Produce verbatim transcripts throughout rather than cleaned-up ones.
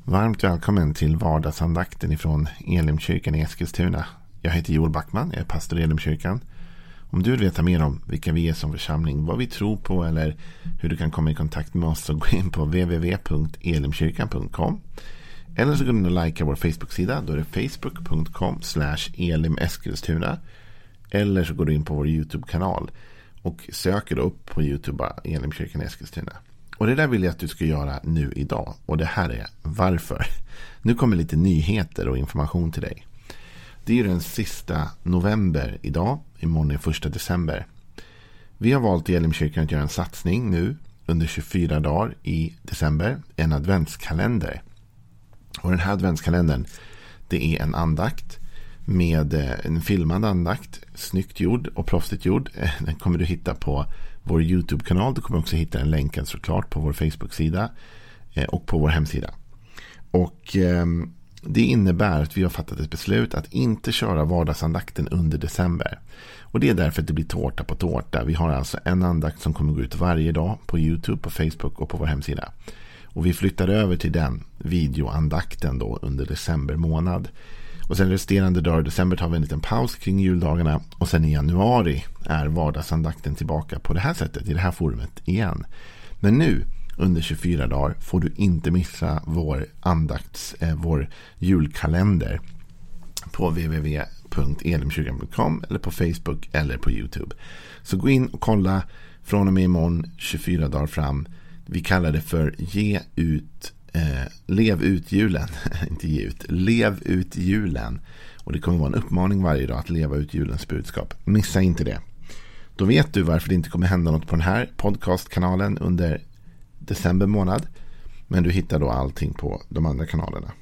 Varmt välkommen till vardagsandakten ifrån Elimkyrkan i Eskilstuna. Jag heter Joel Backman, jag är pastor i Elimkyrkan. Om du vill veta mer om vilka vi är som församling, vad vi tror på eller hur du kan komma i kontakt med oss, så gå in på w w w punkt elimkyrkan punkt com. Eller så går du in och likea vår Facebook-sida, då är det facebook punkt com slash elimeskilstuna. Eller så går du in på vår YouTube-kanal och söker upp på YouTube Elimkyrkan i Eskilstuna. Och det där vill jag att du ska göra nu idag. Och det här är varför. Nu kommer lite nyheter och information till dig. Det är den sista november idag. Imorgon är första december. Vi har valt i Elimkyrkan att göra en satsning nu under tjugofyra dagar i december. En adventskalender. Och den här adventskalendern, det är en andakt med en filmad andakt. Snyggt gjord och proffsigt gjord. Den kommer du hitta på vår YouTube-kanal. Du kommer också hitta en länk såklart på vår Facebook-sida och på vår hemsida. Och eh, det innebär att vi har fattat ett beslut att inte köra vardagsandakten under december. Och det är därför att det blir tårta på tårta. Vi har alltså en andakt som kommer gå ut varje dag på YouTube, på Facebook och på vår hemsida. Och vi flyttar över till den videoandakten då under december månad. Och sen resterande dagar i december tar vi en liten paus kring juldagarna. Och sen i januari är vardagsandakten tillbaka på det här sättet, i det här forumet igen. Men nu under tjugofyra dagar får du inte missa vår andakts, eh, vår julkalender på w w w punkt elimkyrkan punkt com eller på Facebook eller på YouTube. Så gå in och kolla från och med imorgon tjugofyra dagar fram. Vi kallar det för ge ut Eh, lev ut julen. Inte ge ut, lev ut julen. Och det kommer vara en uppmaning varje dag att leva ut julens budskap. Missa inte det. Då vet du varför det inte kommer hända något på den här podcastkanalen under december månad. Men du hittar då allting på de andra kanalerna.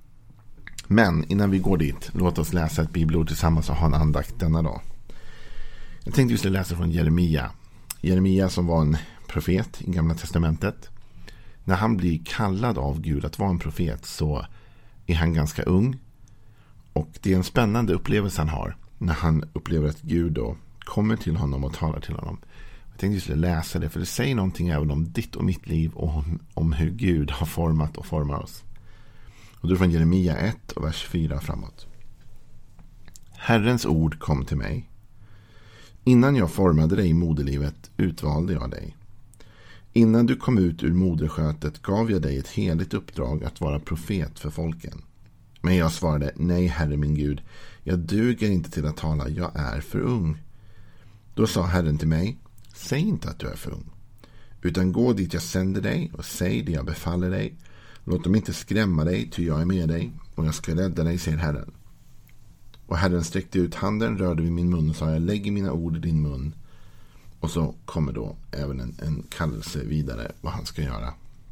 Men innan vi går dit, låt oss läsa ett bibelord tillsammans och ha en andakt denna dag. Jag tänkte vi skulle läsa från Jeremia. Jeremia som var en profet i Gamla testamentet. När han blir kallad av Gud att vara en profet så är han ganska ung. Och det är en spännande upplevelse han har när han upplever att Gud då kommer till honom och talar till honom. Jag tänkte att vi skulle läsa det, för det säger någonting även om ditt och mitt liv och om, om hur Gud har format och formar oss. Och då är från Jeremia ett och vers fyra framåt. Herrens ord kom till mig. Innan jag formade dig i moderlivet utvalde jag dig. Innan du kom ut ur moderskötet gav jag dig ett heligt uppdrag att vara profet för folken. Men jag svarade, nej Herre min Gud, jag duger inte till att tala, jag är för ung. Då sa Herren till mig, säg inte att du är för ung, utan gå dit jag sänder dig och säg det jag befaller dig. Låt dem inte skrämma dig, ty jag är med dig och jag ska rädda dig, säger Herren. Och Herren sträckte ut handen, rörde vid min mun och sa, jag lägger mina ord i din mun. Och så kommer då även en, en kallelse vidare vad han ska göra.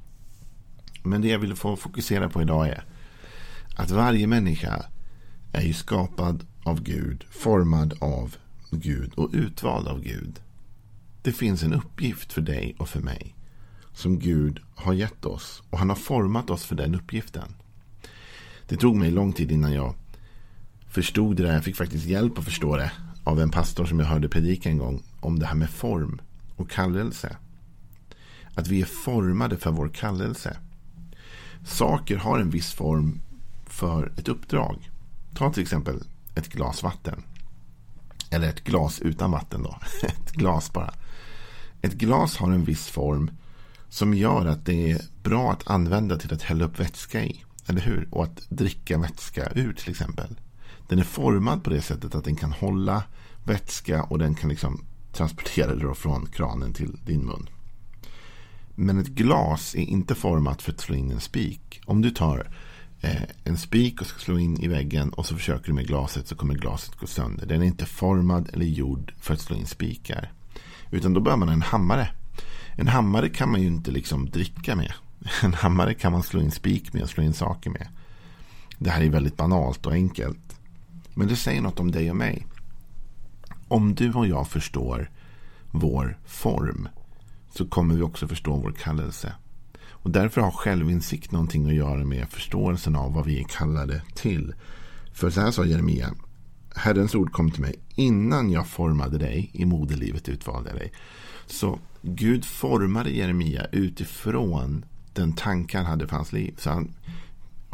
Men det jag vill få fokusera på idag är att varje människa är ju skapad av Gud, formad av Gud och utvald av Gud. Det finns en uppgift för dig och för mig som Gud har gett oss, och han har format oss för den uppgiften. Det tog mig lång tid innan jag förstod det där. Jag fick faktiskt hjälp att förstå det av en pastor som jag hörde predika en gång om det här med form och kallelse. Att vi är formade för vår kallelse. Saker har en viss form för ett uppdrag. Ta till exempel ett glas vatten. Eller ett glas utan vatten då. Ett glas bara. Ett glas har en viss form som gör att det är bra att använda till att hälla upp vätska i. Eller hur? Och att dricka vätska ur till exempel. Den är formad på det sättet att den kan hålla vätska och den kan liksom transportera det från kranen till din mun. Men ett glas är inte format för att slå in en spik. Om du tar eh, en spik och ska slå in i väggen och så försöker du med glaset, så kommer glaset gå sönder. Den är inte formad eller gjord för att slå in spikar. Utan då behöver man en hammare. En hammare kan man ju inte liksom dricka med. En hammare kan man slå in spik med och slå in saker med. Det här är väldigt banalt och enkelt. Men det säger något om dig och mig. Om du och jag förstår vår form, så kommer vi också förstå vår kallelse. Och därför har självinsikt någonting att göra med förståelsen av vad vi är kallade till. För så här sa Jeremia: Herrens ord kom till mig, innan jag formade dig i moderlivet utvalde jag dig. Så Gud formade Jeremia utifrån den tanke han hade för hans liv. Så han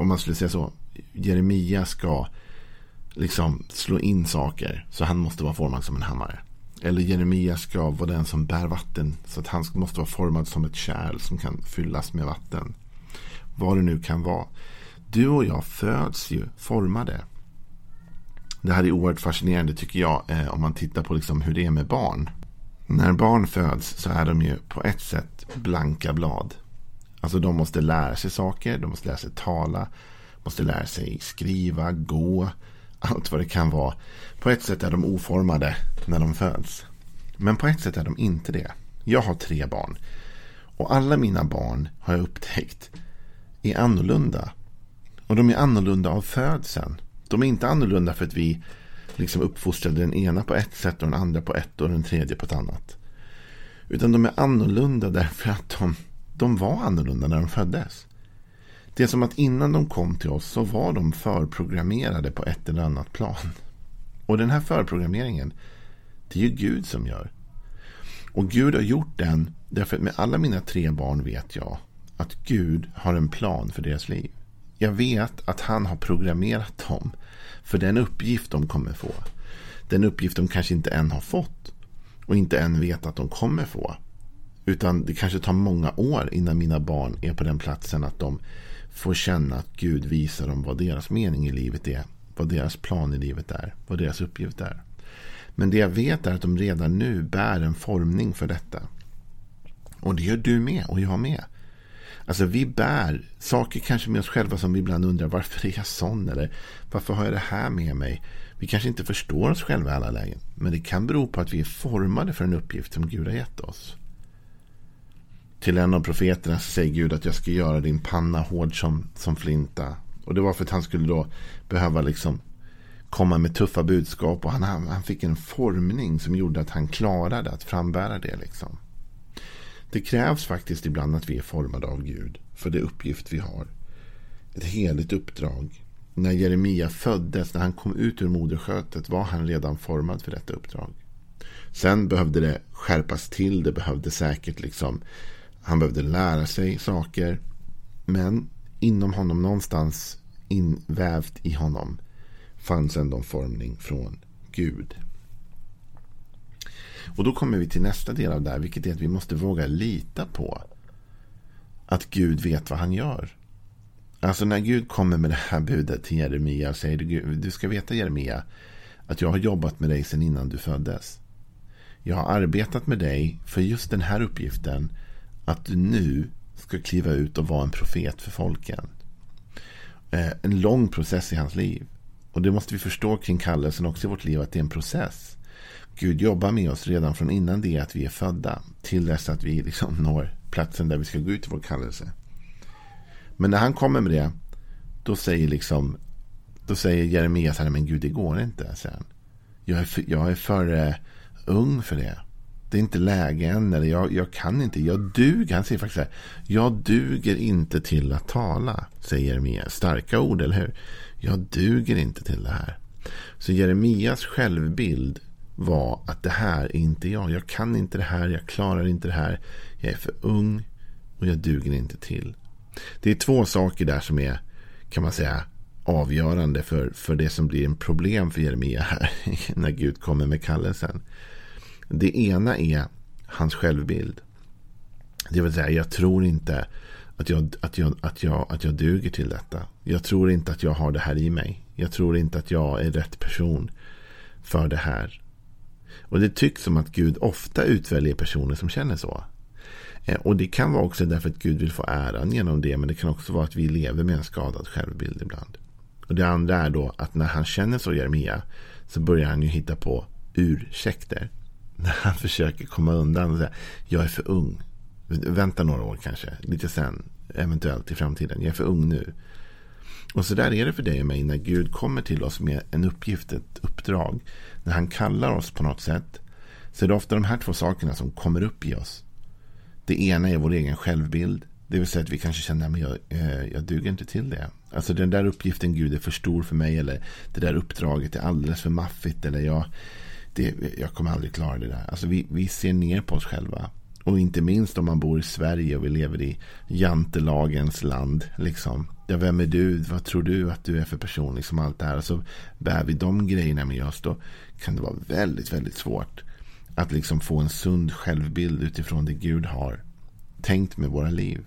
om man skulle säga så, Jeremia ska liksom slå in saker, så han måste vara formad som en hammare. Eller Jeremia ska vara den som bär vatten, så att han måste vara formad som ett kärl som kan fyllas med vatten. Vad det nu kan vara. Du och jag föds ju formade. Det här är oerhört fascinerande tycker jag, eh, om man tittar på liksom hur det är med barn. När barn föds så är de ju på ett sätt blanka blad. Alltså de måste lära sig saker, de måste lära sig tala, måste lära sig skriva, gå, allt vad det kan vara. På ett sätt är de oformade när de föds. Men på ett sätt är de inte det. Jag har tre barn. Och alla mina barn har jag upptäckt är annorlunda. Och de är annorlunda av födseln. De är inte annorlunda för att vi liksom uppfostrade den ena på ett sätt och den andra på ett och den tredje på ett annat. Utan de är annorlunda därför att de, de var annorlunda när de föddes. Det är som att innan de kom till oss så var de förprogrammerade på ett eller annat plan. Och den här förprogrammeringen, det är ju Gud som gör. Och Gud har gjort den därför att med alla mina tre barn vet jag att Gud har en plan för deras liv. Jag vet att han har programmerat dem för den uppgift de kommer få. Den uppgift de kanske inte än har fått och inte än vet att de kommer få. Utan det kanske tar många år innan mina barn är på den platsen att de får känna att Gud visar dem vad deras mening i livet är, vad deras plan i livet är, vad deras uppgift är. Men det jag vet är att de redan nu bär en formning för detta. Och det gör du med och jag med. Alltså vi bär saker kanske med oss själva som vi ibland undrar, varför är jag sån? Eller varför har jag det här med mig? Vi kanske inte förstår oss själva i alla lägen. Men det kan bero på att vi är formade för en uppgift som Gud har gett oss. Till en av profeterna säger Gud att jag ska göra din panna hård som, som flinta. Och det var för att han skulle då behöva liksom komma med tuffa budskap. Och han, han fick en formning som gjorde att han klarade att frambära det liksom. Det krävs faktiskt ibland att vi är formade av Gud för det uppgift vi har. Ett heligt uppdrag. När Jeremia föddes, när han kom ut ur moderskötet, var han redan formad för detta uppdrag. Sen behövde det skärpas till, det behövde säkert liksom, han behövde lära sig saker. Men inom honom, någonstans invävt i honom, fanns ändå en formning från Gud. Och då kommer vi till nästa del av det här, vilket är att vi måste våga lita på att Gud vet vad han gör. Alltså när Gud kommer med det här budet till Jeremia och säger du, du ska veta Jeremia att jag har jobbat med dig sedan innan du föddes. Jag har arbetat med dig för just den här uppgiften, att du nu ska kliva ut och vara en profet för folken. Eh, en lång process i hans liv. Och det måste vi förstå kring kallelsen också i vårt liv, att det är en process. Gud jobbar med oss redan från innan det att vi är födda till dess att vi liksom når platsen där vi ska gå ut i vår kallelse. Men när han kommer med det, då säger liksom då säger Jeremia så här, men Gud, det går inte, säger han. Jag är för, jag är för uh, ung för det. Det är inte läge än, eller jag, jag kan inte, jag duger, han säger faktiskt så här, jag duger inte till att tala, säger Jeremia. Starka ord, eller hur? Jag duger inte till det här. Så Jeremias självbild var att det här är inte jag. Jag kan inte det här, jag klarar inte det här. Jag är för ung och jag duger inte till. Det är två saker där som är, kan man säga, avgörande för, för det som blir en problem för Jeremia här när Gud kommer med kallelsen. Det ena är hans självbild. Det vill säga, jag tror inte att jag, att jag, att jag, att jag duger till detta. Jag tror inte att jag har det här i mig. Jag tror inte att jag är rätt person för det här. Och det tycks som att Gud ofta utväljer personer som känner så. Och det kan vara också därför att Gud vill få äran genom det, men det kan också vara att vi lever med en skadad självbild ibland. Och det andra är då att när han känner så, Jeremia, så börjar han ju hitta på ursäkter. När han försöker komma undan och säga, jag är för ung. Vänta några år kanske, lite sen, eventuellt i framtiden. Jag är för ung nu. Och så där är det för dig och mig när Gud kommer till oss med en uppgift, ett uppdrag. När han kallar oss på något sätt, så är det ofta de här två sakerna som kommer upp i oss. Det ena är vår egen självbild. Det vill säga att vi kanske känner att jag, eh, jag duger inte till det. Alltså den där uppgiften, Gud, är för stor för mig. Eller det där uppdraget är alldeles för maffigt. Eller jag, det, jag kommer aldrig klara det där. Alltså vi, vi ser ner på oss själva. Och inte minst om man bor i Sverige och vi lever i jantelagens land. Liksom. Ja, vem är du? Vad tror du att du är för person? Liksom allt det här. Och så bär vi de grejerna med oss. Då kan det vara väldigt, väldigt svårt att liksom få en sund självbild utifrån det Gud har tänkt med våra liv.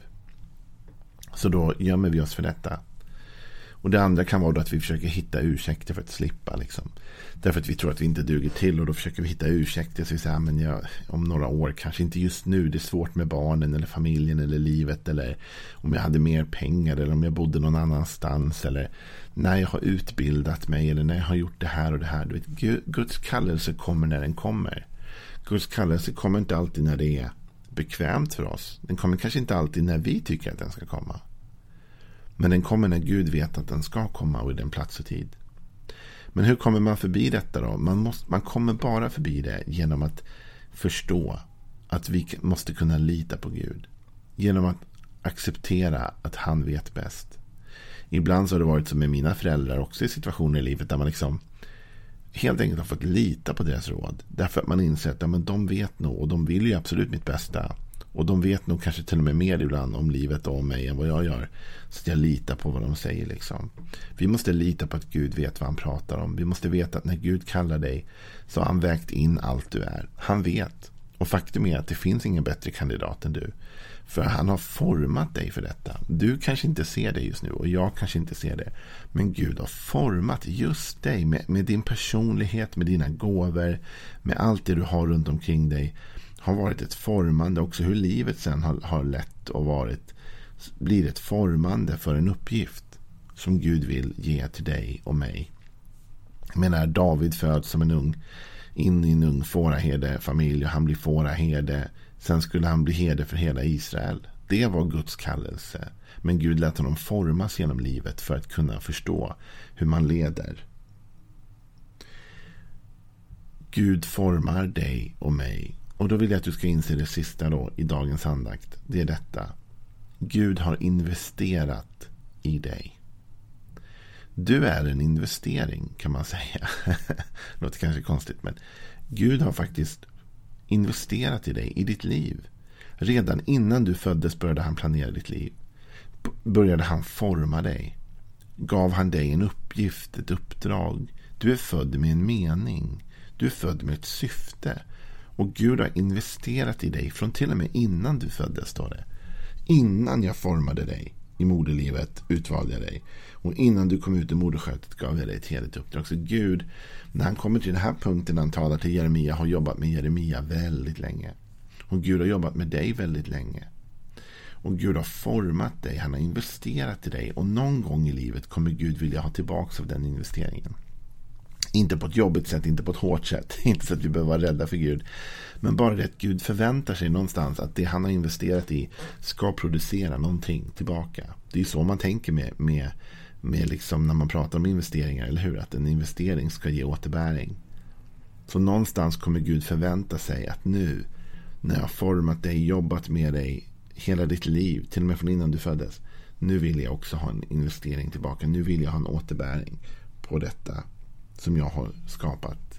Så då gömmer vi oss för detta. Och det andra kan vara då att vi försöker hitta ursäkter för att slippa. Liksom. Därför att vi tror att vi inte duger till. Och då försöker vi hitta ursäkter. Så vi säger, men jag, om några år, kanske inte just nu. Det är svårt med barnen eller familjen eller livet. Eller om jag hade mer pengar. Eller om jag bodde någon annanstans. Eller när jag har utbildat mig. Eller när jag har gjort det här och det här. Du vet, Guds kallelse kommer när den kommer. Guds kallelse kommer inte alltid när det är bekvämt för oss. Den kommer kanske inte alltid när vi tycker att den ska komma. Men den kommer när Gud vet att den ska komma och i den plats och tid. Men hur kommer man förbi detta då? Man, måste, man kommer bara förbi det genom att förstå att vi måste kunna lita på Gud. Genom att acceptera att han vet bäst. Ibland så har det varit som med mina föräldrar också i situationer i livet där man liksom helt enkelt har fått lita på deras råd. Därför att man inser att ja, men de vet nog och de vill ju absolut mitt bästa. Och de vet nog kanske till och med mer ibland om livet och om mig än vad jag gör. Så jag litar på vad de säger liksom. Vi måste lita på att Gud vet vad han pratar om. Vi måste veta att när Gud kallar dig så har han vägt in allt du är. Han vet. Och faktum är att det finns ingen bättre kandidat än du. För han har format dig för detta. Du kanske inte ser det just nu och jag kanske inte ser det. Men Gud har format just dig med, med din personlighet, med dina gåvor, med allt det du har runt omkring dig. Har varit ett formande också hur livet sen har, har lett och varit blir ett formande för en uppgift som Gud vill ge till dig och mig. Jag menar, David föds som en ung in i en ung fåraherde-familj och han blir fåraherde. Sen skulle han bli herde för hela Israel. Det var Guds kallelse. Men Gud lät honom formas genom livet för att kunna förstå hur man leder. Gud formar dig och mig. Och då vill jag att du ska inse det sista då i dagens andakt. Det är detta. Gud har investerat i dig. Du är en investering kan man säga. Det låter kanske konstigt men Gud har faktiskt investerat i dig, i ditt liv. Redan innan du föddes började han planera ditt liv. Började han forma dig. Gav han dig en uppgift, ett uppdrag. Du är född med en mening. Du är född med ett syfte. Och Gud har investerat i dig från till och med innan du föddes, står det. Innan jag formade dig i moderlivet utvalde jag dig. Och innan du kom ut i moderskötet gav jag dig ett heligt uppdrag. Så Gud, när han kommer till den här punkten han talar till Jeremia, har jobbat med Jeremia väldigt länge. Och Gud har jobbat med dig väldigt länge. Och Gud har format dig, han har investerat i dig. Och någon gång i livet kommer Gud vilja ha tillbaka av den investeringen. Inte på ett jobbigt sätt, inte på ett hårt sätt. Inte så att vi behöver vara rädda för Gud. Men bara det att Gud förväntar sig någonstans att det han har investerat i ska producera någonting tillbaka. Det är så man tänker med, med, med liksom när man pratar om investeringar, eller hur? Att en investering ska ge återbäring. Så någonstans kommer Gud förvänta sig att nu, när jag har format dig, jobbat med dig hela ditt liv, till och med från innan du föddes, nu vill jag också ha en investering tillbaka. Nu vill jag ha en återbäring på detta som jag har skapat.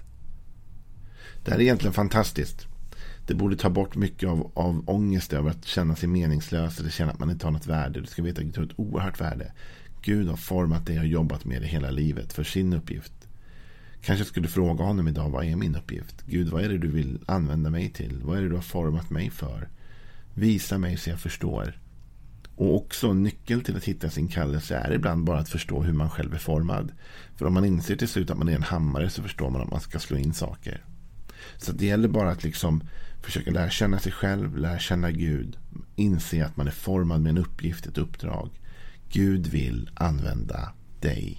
Det här är egentligen fantastiskt. Det borde ta bort mycket av, av ångest över att känna sig meningslös eller känna att man inte har något värde. Du ska veta att du har ett oerhört värde. Gud har format dig och jobbat med dig hela livet för sin uppgift. Kanske skulle fråga honom idag, vad är min uppgift? Gud, vad är det du vill använda mig till? Vad är det du har format mig för? Visa mig så jag förstår. Och också nyckeln till att hitta sin kallelse är ibland bara att förstå hur man själv är formad. För om man inser till slut att man är en hammare så förstår man att man ska slå in saker. Så det gäller bara att liksom försöka lära känna sig själv, lära känna Gud. Inse att man är formad med en uppgift, ett uppdrag. Gud vill använda dig.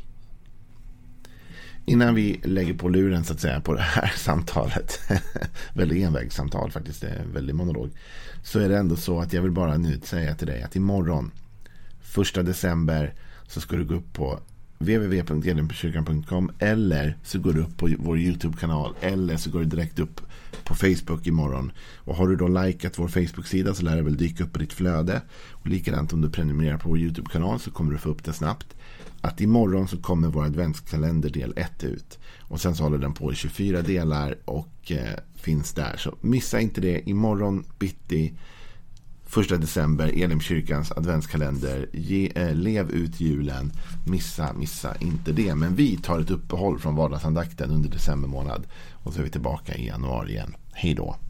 Innan vi lägger på luren så att säga på det här samtalet, väldigt envägssamtal faktiskt, det är en väldigt monolog, så är det ändå så att jag vill bara nu säga till dig att imorgon, första december, så ska du gå upp på w w w punkt elimkyrkan punkt com, eller så går du upp på vår YouTube-kanal, eller så går du direkt upp på Facebook imorgon. Och har du då likat vår Facebook-sida så lär det väl dyka upp i ditt flöde. Och likadant om du prenumererar på vår YouTube-kanal så kommer du få upp det snabbt. Att imorgon så kommer vår adventskalender del ett ut. Och sen så håller den på i tjugofyra delar och eh, finns där. Så missa inte det. Imorgon bitti första december, Elimkyrkans adventskalender. Ge, eh, lev ut julen. Missa, missa inte det. Men vi tar ett uppehåll från vardagsandakten under december månad. Och så är vi tillbaka i januari igen. Hej då!